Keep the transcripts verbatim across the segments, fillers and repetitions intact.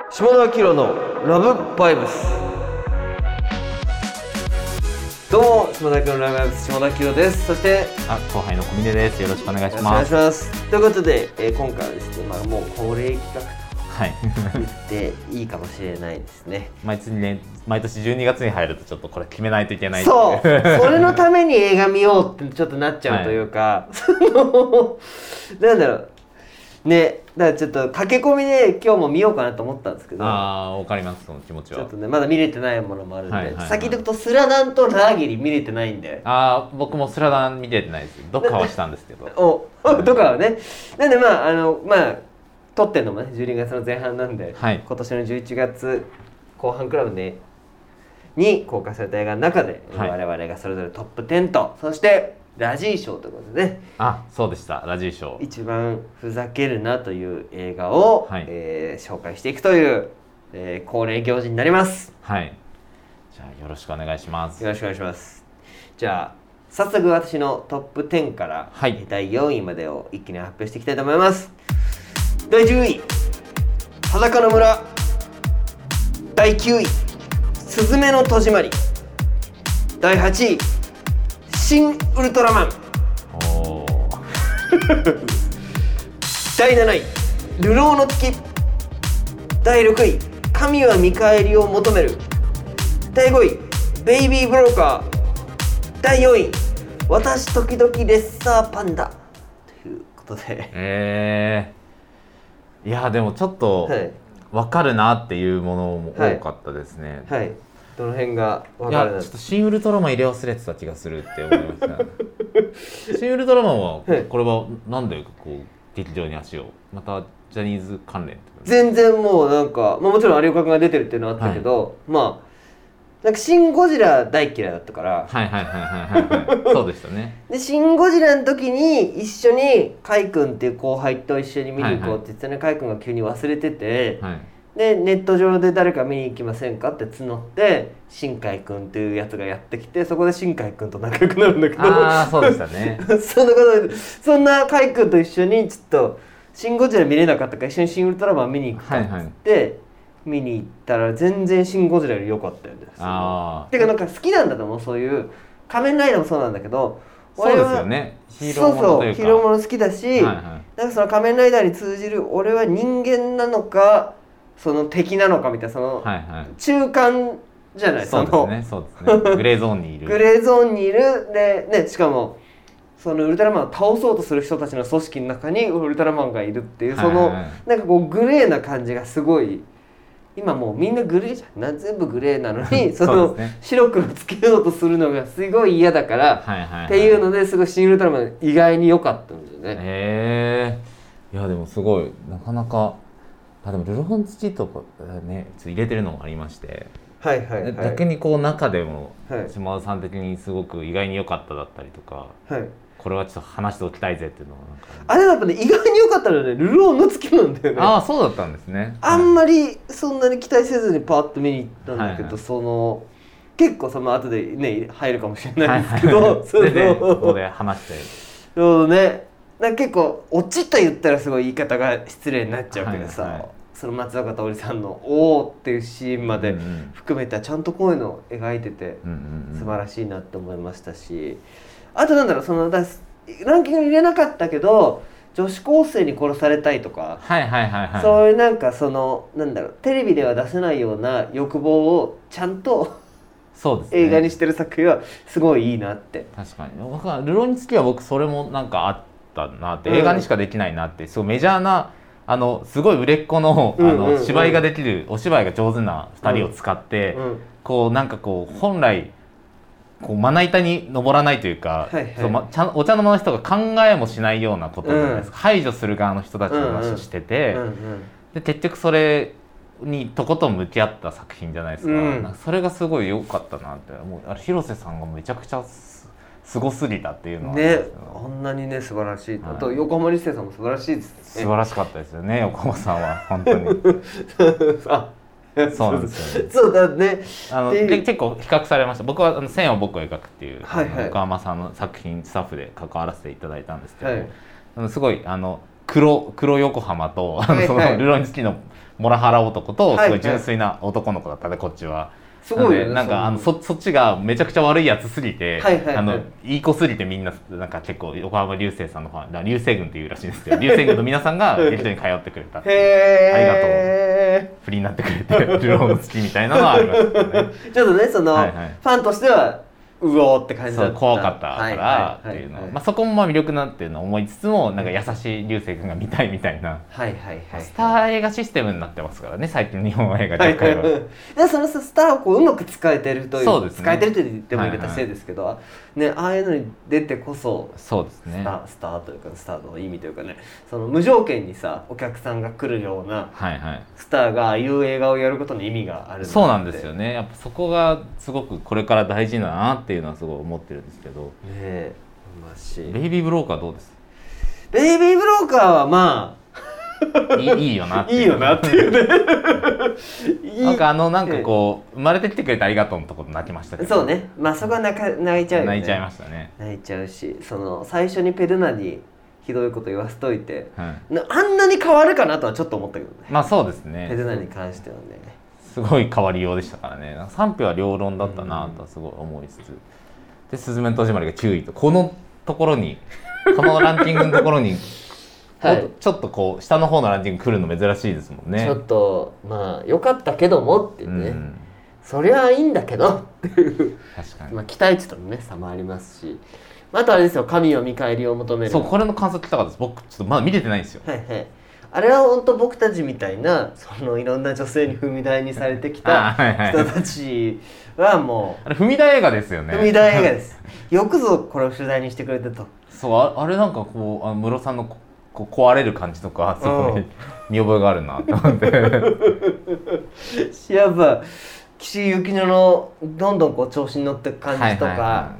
下田明のラブバイブス。どうも下田明のラブバイブス、下田明です。そしてあ、後輩の小峰です。よろしくお願いします。 お願いします。ということで、えー、今回はですね、まあ、もう恒例企画とはい言っていいかもしれないですね。 毎年ね、毎年じゅうにがつに入るとちょっとこれ決めないといけない。 そう、それのために映画見ようってちょっとなっちゃうというか、はい、そのなんだろうね、だからちょっと駆け込みで今日も見ようかなと思ったんですけど、 ああ、わかります、その気持ちは。 ちょっとね、まだ見れてないものもあるんで、はいはいはい、先で言うとスラダンとラーゲリ見れてないんで。 ああ、僕もスラダン見れてないです。どっかはしたんですけど。 お、はい、どっかはね。なんでまああのまあ撮ってんのもねじゅうにがつの前半なんで、はい、今年のじゅういちがつこう半くらいでに公開された映画の中で、はい、我々がそれぞれトップじゅうと、そしてラジー賞ということでね。 あ、そうでした、ラジー賞。 一番ふざけるなという映画を、はい、えー、紹介していくという、えー、恒例行事になります。 はい。じゃあよろしくお願いします。 よろしくお願いします。じゃあ早速私のトップじゅうから、はい、だいよんいまでを一気に発表していきたいと思います。だいじゅうい、裸の村。だいきゅうい、すずめの戸締まり。だいはちい、新ウルトラマン。 おだいなない、流浪の月。だいろくい、神は見返りを求める。だいごい、ベイビーブローカー。だいよんい、私時々レッサーパンダということで、 えー、いやでもちょっと分かるなっていうものも多かったですね。 はい、はい、どの辺が分かるな。 いやちょっと新ウルトラマン入れ忘れてた気がするって思いました新ウルトラマンはこれはなんでこう劇場に足を、またジャニーズ関連とか全然もうなんか、まあ、もちろん有岡君が出てるっていうのはあったけど、はい、まあなんかシン・ゴジラ大嫌いだったから、 はいはいはいはいはい、はい、そうでしたね。 でシン・ゴジラの時に一緒にカイ君っていう後輩と一緒に見に行こうって言ってたね、カイ君が急に忘れてて、はい、でネット上で誰か見に行きませんかって募って新海君っていうやつがやってきて、そこで新海君と仲良くなるんだけど、 ああそうでしたねそんなことで、そんなカイ君と一緒にちょっとシン・ゴジラ見れなかったから一緒にシン・ウルトラマン見に行くかっつって、はいはい、見に行ったら全然シン・ゴジラより良かったよね。 あてかなんか好きなんだと思う、そういう仮面ライダーもそうなんだけど、 そうですよね、ヒーローものというか、そうそうヒーローもの好きだし、はいはい、なんかその仮面ライダーに通じる俺は人間なのかその敵なのかみたいな、その中間じゃない、 そうですね、そうですね、グレーゾーンにいるグレーゾーンにいるで、ね、しかもそのウルトラマンを倒そうとする人たちの組織の中にウルトラマンがいるっていう、その、はいはい、なんかこうグレーな感じがすごい。今もうみんなグレーじゃんな、全部グレーなのにそのね、白黒つけようとするのがすごい嫌だから、はいはいはい、っていうのですごいシン・ウルトラマン意外に良かったんですよね。 へえ、いやでもすごいなかなか、あでもルロン土とかねちょっと入れてるのもありまして、 はいはいはい、 逆にこう中でも、はい、島田さん的にすごく意外に良かっただったりとか、はい、これはちょっと話しておきたいぜっていうのはなんかあれだったね、意外に良かったのはね、ルローの月なんだよね。 ああそうだったんですね。 あんまりそんなに期待せずにパーッと見に行ったんだけど、はいはい、その結構その後でね入るかもしれないんですけど、はいはいはい、そでここで話してそうね、なんか結構オチと言ったらすごい言い方が失礼になっちゃうけどさ、はいはい、その松坂桃李さんの「おー」っていうシーンまで含めたちゃんとこういうのを描いてて素晴らしいなって思いましたし、あとなんだろう、そのだランキングに入れなかったけど女子高生に殺されたいとか、 はいはいはいはい、 そういうなんかそのなんだろう、テレビでは出せないような欲望をちゃんとそうです、ね、映画にしてる作品はすごいいいなって。 確かに僕はルロにつきは僕それもなんかあったなって、うん、映画にしかできないなって、すごいメジャーなあのすごい売れっ子 の, あの、うんうんうん、芝居ができるお芝居が上手なふたりを使って、うんうん、こうなんかこう本来こうまな板に登らないというか、はいはい、そうま、ちゃんお茶の間の人が考えもしないようなことじゃないですか、うん、排除する側の人たちの話をしてて、うんうん、で結局それにとことん向き合った作品じゃないですか、うん、なんかそれがすごい良かったなって。もうあれ広瀬さんがめちゃくちゃすごすぎたっていうのはね、あんなにね素晴らしい、はい、あと横浜流星さんも素晴らしいですね。 素晴らしかったですよね、横浜さんは本当にあそうなんですよね。 そうだね。 あので結構比較されました。僕はあの線を僕を描くっていう、はいはい、横浜さんの作品スタッフで関わらせていただいたんですけど、はい、あのすごいあの黒黒横浜と、はいはい、そのルロニスキーのモラハラ男とすごい純粋な男の子だったね、はいはい、こっちは。すごいよね。なんかあの そ, そっちがめちゃくちゃ悪いやつすぎて、はいはいはい、あのいい子すぎてみんななんか結構横浜流星さんのファン、流星群っていうらしいんですけど、流星群の皆さんが劇場に通ってくれた。へー、ありがとう。フリーになってくれてルローの月みたいなのはありましたね。 ちょっとねその、はいはい、ファンとしてはうおーって感じだった。 そう怖かったからっていうの、はいはいはいはい、まあ、そこもまあ魅力なっていうのを思いつつもなんか優しい流星君が見たいみたいな、はいはいはいはい、スター映画システムになってますからね最近日本映画業界は。でそのスターをこううまく使えてるという、そうですね、使えてると言っても言い方失礼ですけど、はいはい、ね、ああいうのに出てこそそうですね、 スター、スターというかスターの意味というかね、その無条件にさお客さんが来るようなスターがああいう映画をやることに意味がある。 そうなんですよね。やっぱそこがすごくこれから大事だなっていうのはすごい思ってるんですけど、ねえ、ベイビーブローカーどうです？ ベイビーブローカーはまあい い, いいよなっていう、 いいよなっていうねなんかあのなんかこう、ええ、生まれてきてくれてありがとうのところ泣きましたけど、 そうね、まあそこは 泣, か泣いちゃうよね。 泣いちゃいましたね。 泣いちゃうし、その最初にペルナにひどいこと言わせといて、はい、あんなに変わるかなとはちょっと思ったけどね。 まあそうですね、 ペルナに関してはねすごい変わりようでしたからね。賛否は両論だったなとはすごい思いつつ、でスズメの戸締まりがきゅういとこのところにこのランキングのところにはい、ちょっとこう下の方のランキング来るの珍しいですもんね。 ちょっとまあ良かったけどもっていうね、うん、そりゃいいんだけどっていう確かに、まあ、期待値とのね差もありますし、あとあれですよ、神を見返りを求める。 そう、これの感想聞きたかったです。僕ちょっとまだ見れてないんですよ。 はいはい、あれは本当僕たちみたいなそのいろんな女性に踏み台にされてきた人たちはもうあれ踏み台映画ですよね。 踏み台映画です。よくぞこれを取材にしてくれてと。 そう、 あ, あれなんかこうあのムロさんのこう壊れる感じとかすごい見覚えがあるなと思ってやっぱ岸井ゆきののどんどんこう調子に乗っていく感じとか、はいはいはい、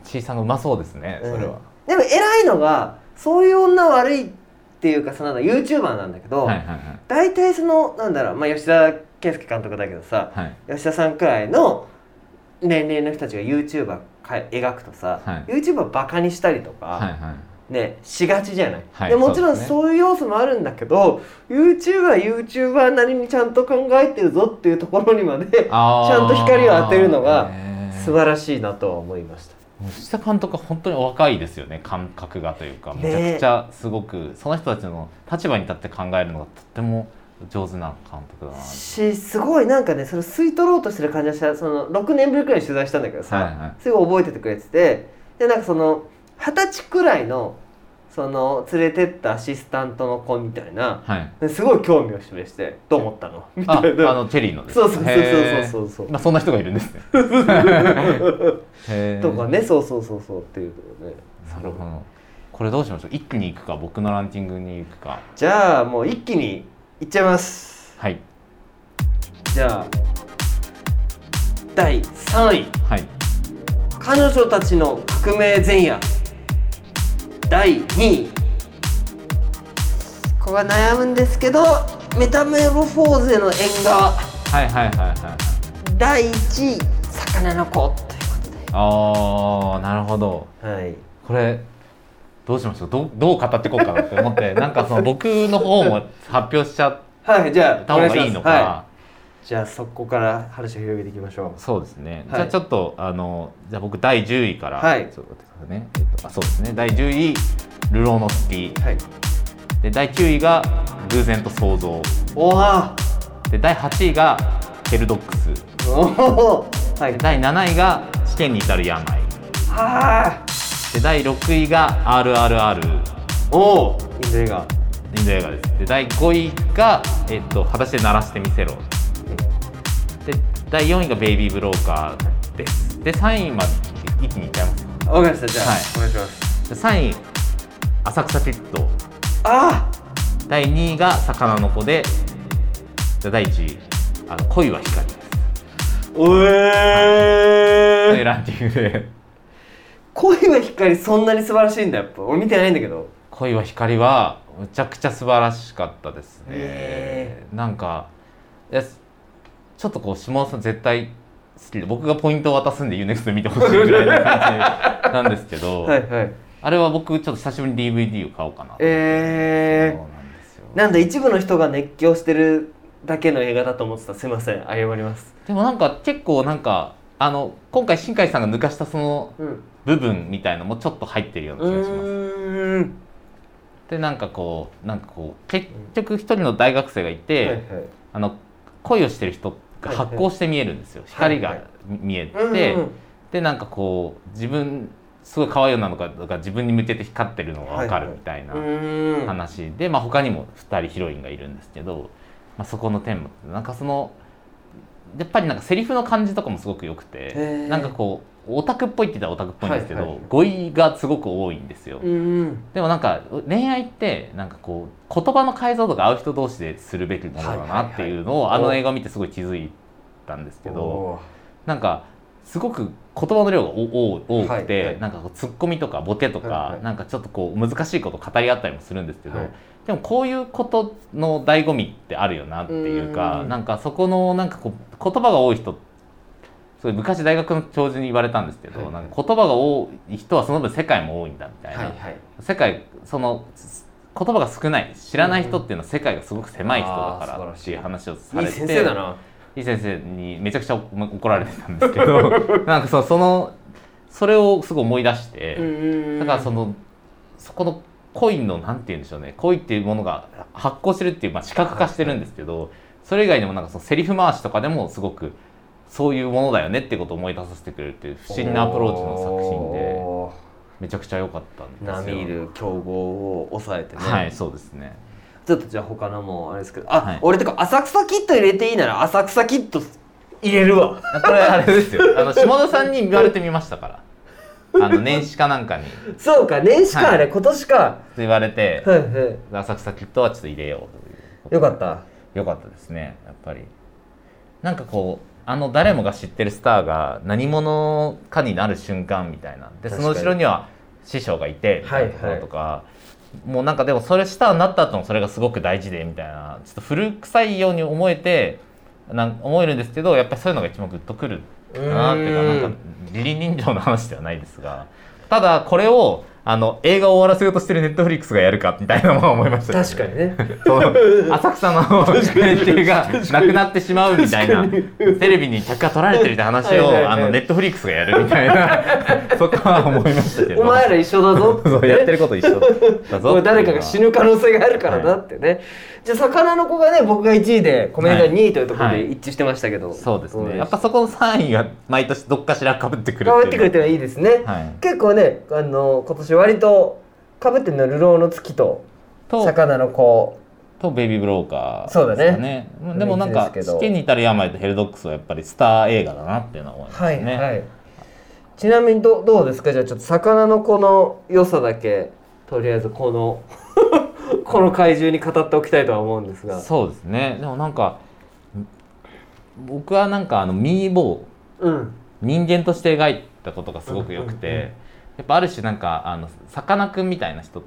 ちいさんがうまそうですね、それは、 うん、でも偉いのがそういう女悪いっていうかその YouTuber なんだけど、はいはいはい、大体そのなんだろう、まあ、吉田圭佑監督だけどさ、はい、吉田さんくらいの年齢の人たちが YouTuber 描くとさ、はい、YouTuber バカにしたりとか、はいはいね、しがちじゃない、はい、でもちろんそういう要素もあるんだけど、YouTuber は YouTuber なりにちゃんと考えてるぞっていうところにまでちゃんと光を当てるのが素晴らしいなとは思いました。 吉田監督は本当にお若いですよね、感覚がというか、めちゃくちゃすごくその人たちの立場に立って考えるのがとっても上手な監督だなし、すごいなんかねそれ吸い取ろうとしてる感じがした。そのろくねんぶりくらいに取材したんだけどさ、はいはい、すごい覚えててくれてて、でなんかそのはたちくらいのその連れてったアシスタントの子みたいな、はい、すごい興味を示してどう思ったのみたいな。 あ、あのチェリーのです。 そうそうそうそうそうそう、 まあ、そんな人がいるんですねとかね、そうそうそうそうっていうのね。 なるほど。これどうしましょう、一気にいくか僕のランキングにいくか。 じゃあもう一気にいっちゃいます。 はい、 じゃあだいさんい、 はい、 彼女たちの革命前夜。だいにい、ここは悩むんですけどメタメロフォーゼの縁側。 はいはいはいはい。 だいいちい、魚の子ということで。 ああ、なるほど、はい、これどうしましょう、 ど, どう語っていこうかなって思ってなんかその僕の方も発表しちゃった方がいいのか、はい、 じゃあそこから話を広げていきましょう。 そうですね、はい、じゃあちょっとあのじゃあ僕だいじゅういから、はい、そうね、えっと、あ、そうですね、だいじゅういルローノスティ、はい、でだいきゅういが偶然と想像、 おー、 でだいはちいがヘルドックス、 おー、はい、 でだいなないが試験に至る病、 はでだいろくいが アールアールアール、 おお、インド映画、 インド映画です。でだいごいが、えっと、裸足で鳴らしてみせろ、でだいよんいがベイビーブローカーです。でさんいまで一気にいっちゃいます。 わかりました。じゃあ、はい、お願いします。 さんい浅草キッド、 あー、だいにいが魚の子で、だいいちいあの恋は光です。 おえー、 というランキングで恋は光そんなに素晴らしいんだ。やっぱ俺見てないんだけど、 恋は光はむちゃくちゃ素晴らしかったですね、えー、なんかいやちょっとこう下尾さん絶対好きで僕がポイントを渡すんで ユーネクスト 見てほしいぐらいな感じなんですけどはい、はい、 あれは僕ちょっと久しぶりに ディーブイディー を買おうかなと思って。 えー、 そうなんですよ。 なんだ一部の人が熱狂してるだけの映画だと思ってた。すいません、謝ります。 でもなんか結構なんかあの今回新海さんが抜かしたその部分みたいのもちょっと入ってるような気がします。うーんでなんかこうなんかこう結局一人の大学生がいて、はいはい、あの恋をしてる人が発光して見えるんですよ、はいはい、光が見えて、はいはい、でなんかこう自分すごい可愛い女の子が自分に向けて光ってるのが分かるみたいな話、はいはい、で、まあ、他にもふたりヒロインがいるんですけど、まあ、そこのテーマってなんかそのやっぱりなんかセリフの感じとかもすごく良くて、なんかこうオタクっぽいって言ったらオタクっぽいんですけど、はいはい、語彙がすごく多いんですよ。でもなんか恋愛ってなんかこう言葉の解像度が合う人同士でするべきものだなっていうのをあの映画を見てすごい気づいたんですけど、なんかすごく言葉の量が多くて、はいはい、なんかこうツッコミとかボケとか、はいはい、なんかちょっとこう難しいことを語り合ったりもするんですけど、はい、でもこういうことの醍醐味ってあるよなっていうか、なんかそこのなんかこう言葉が多い人、そう昔大学の教授に言われたんですけど、はいはい、なんか言葉が多い人はその分世界も多いんだみたいな、はいはい、世界その言葉が少ない知らない人っていうのは世界がすごく狭い人だからっていう話をされて、いい先生だな。いい先生にめちゃくちゃ怒られてたんですけどなんか そ, そのそれをすごい思い出して、だからそのそこの恋のなんて言うんでしょうね、恋っていうものが発行してるっていう、まあ、視覚化してるんですけど、それ以外にもなんかそのセリフ回しとかでもすごくそういうものだよねってことを思い出させてくれるっていう不思議なアプローチの作品でめちゃくちゃ良かったんですよ。 並みいる競合を抑えてね。 はい、そうですね。 ちょっとじゃあ他のもあれですけど、あ、はい、俺てか浅草キッド入れていいなら浅草キッド入れるわ。 これあれですよ、あの下田さんに言われてみましたからあの年始かなんかにそうか年始か、はい、あれ今年かって言われて、はいはい、浅草キッドはちょっと入れようという。 よかったよかったですね。やっぱりなんかこうあの誰もが知ってるスターが何者かになる瞬間みたいなで、その後ろには師匠がいてみたいなところとか、はいはい、もうなんかでもそれスターになった後もそれがすごく大事でみたいな、ちょっと古臭いように思えてなん思えるんですけど、やっぱりそういうのが一番グッとくるなっていうか、なんか義理人情の話ではないですが、ただこれをあの映画を終わらせようとしてるネットフリックスがやるかみたいなのも思いました、ね、 確かにね浅草の連中がなくなってしまうみたいな、テレビに客が取られてるって話をあのネットフリックスがやるみたいなそこは思いましたけど、 お前ら一緒だぞって、ね、 そうやってること一緒だぞ、 誰かが死ぬ可能性があるからだってね、はい、じゃあ魚の子がね僕がいちいでコメントがにいというところで一致してましたけど、はいはい、 そうですね、やっぱそこのさんいが毎年どっかしら被ってくるっていう被ってくるっていうのはいいですね、はい、結構ねあの今年割と被ってるのは流浪の月と魚の子とベイビーブローカーですかね。そうだね。でもなんか死刑に至る病とヘルドックスはやっぱりスター映画だなっていうのは思いますね。はいはい、 ちなみに ど, どうですか。じゃあちょっと魚の子の良さだけとりあえずこのこの怪獣に語っておきたいとは思うんですが。 そうですね。でもなんか僕はなんかあのミーボー、うん、人間として描いたことがすごく良くて、うんうんうん、やっぱある種なんかあのさかなクンみたいな人って、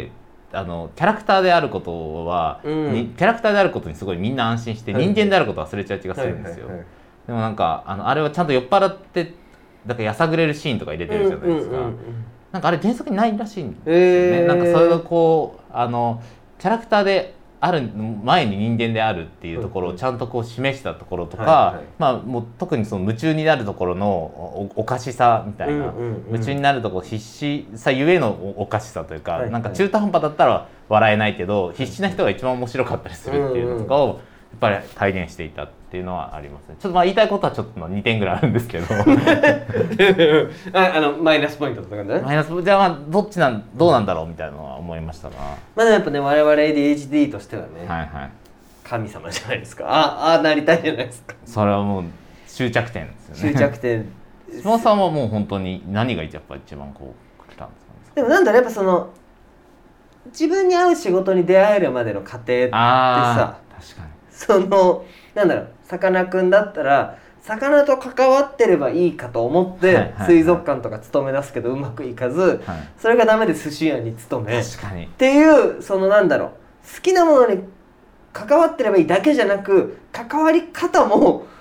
うん、あのキャラクターであることは、うん、キャラクターであることにすごいみんな安心して人間であることを忘れちゃう気がするんですよ。でもなんかあのあれはちゃんと酔っ払ってだからやさぐれるシーンとか入れてるじゃないですか、うんうんうんうん、なんかあれ原作にないらしいんですよね、えー、なんかそれがこうあのキャラクターである前に人間であるっていうところをちゃんとこう示したところとか、はいはい、まあ、もう特にその夢中になるところの お, おかしさみたいな、うんうんうん、夢中になるところ必死さゆえの お, おかしさというか、はいはい、なんか中途半端だったら笑えないけど必死な人が一番面白かったりするっていうのとかをやっぱり体現していたっていうのはありますね。ちょっとまあ言いたいことはちょっとにてんぐらいあるんですけどああのマイナスポイントとかね。 マイナスじゃあまあどっちなんどうなんだろうみたいなのは思いましたな。 まあでもやっぱね我々 エーディーエイチディー としてはね、 はいはい、 神様じゃないですか。ああなりたいじゃないですか。 それはもう終着点ですよね。 終着点。 島さんはもう本当に何がやっぱ一番こう来たんですかね。 でもなんだろうやっぱその自分に合う仕事に出会えるまでの過程ってさ、 確かにそのなんだろうさかなクンだったら魚と関わってればいいかと思って水族館とか勤め出すけどうまくいかず、はい、それがダメで寿司屋に勤め確かにっていうそのなんだろう好きなものに関わってればいいだけじゃなく関わり方も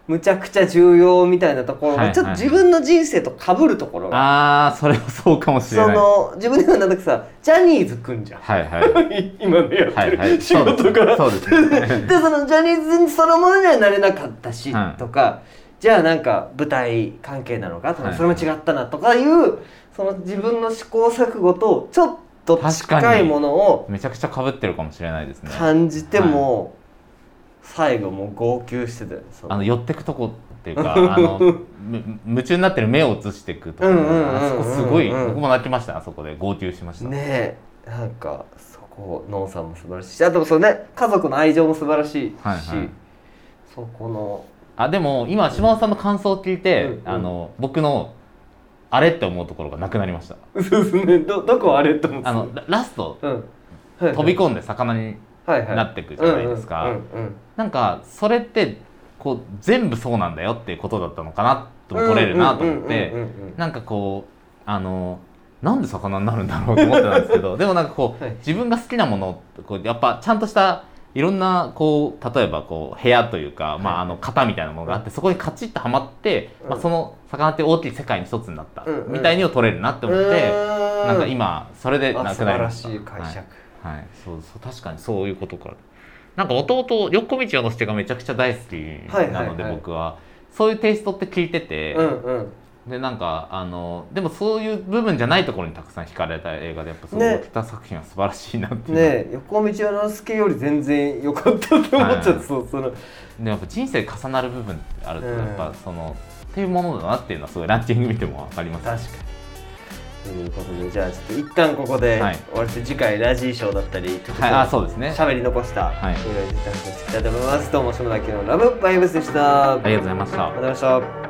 むちゃくちゃ重要みたいなところが、 はいはい、 ちょっと自分の人生と被るところが、 ああそれはそうかもしれない。 その自分ではなんだかさジャニーズくんじゃん、 はいはい、 今のやってる、 はいはい、 仕事がそうですねでそのジャニーズそのものにはなれなかったし、 うん、 とかじゃあなんか舞台関係なのかとか、 はい、 それも違ったなとかいうその自分の試行錯誤とちょっと近いものをめちゃくちゃ被ってるかもしれないですね。 感じても、はい、最後もう号泣してたよ。 あの寄ってくとこっていうかあの夢中になってる目を映していくところ、あそこすごい僕も泣きました。あそこで号泣しましたね。えなんかそこノンさんも素晴らしいし、あとそのね家族の愛情も素晴らしいし、はいはい、そこのあでも今島尾さんの感想を聞いて、うんうん、あの僕のあれって思うところがなくなりました。 そうですね。どどこあれって思うんですか。 あのラスト、うんはいはい、飛び込んで魚になっていくじゃないですか。なんかそれってこう全部そうなんだよっていうことだったのかなと取れるなと思って、なんかこうあのなんで魚になるんだろうと思ってたんですけどでもなんかこう、はい、自分が好きなものこうやっぱちゃんとしたいろんなこう例えばこう部屋というか、はいまあ、あの型みたいなものがあって、そこにカチッとはまって、うんまあ、その魚って大きい世界に一つになった、うんうん、みたいにを取れるなって思って、うん、なんか今それでなくなりました。 素晴らしい解釈、 はいはい、そうそう確かにそういうことか。なんか弟横道をのしてがめちゃくちゃ大好きなので、僕はそういうテイストって聞いてて、うんうんでなんかあのでもそういう部分じゃないところにたくさん惹かれた映画でやっぱそういった作品は素晴らしいなっていうね。横道世之助より全然良かったと思っちゃって、はい、そうそのでやっぱ人生重なる部分ってあるとやっぱその、うん、っていうものだなっていうのはすごいランキング見ても分かります、ね、 確かに。ということでじゃあちょっと一旦ここで終わって、次回ラジー賞だったりちょっと喋り残したいろいろ実感していきたいと思います。どうも下田明のラブバイブスでした。 ありがとうございました。 ありがとうございました。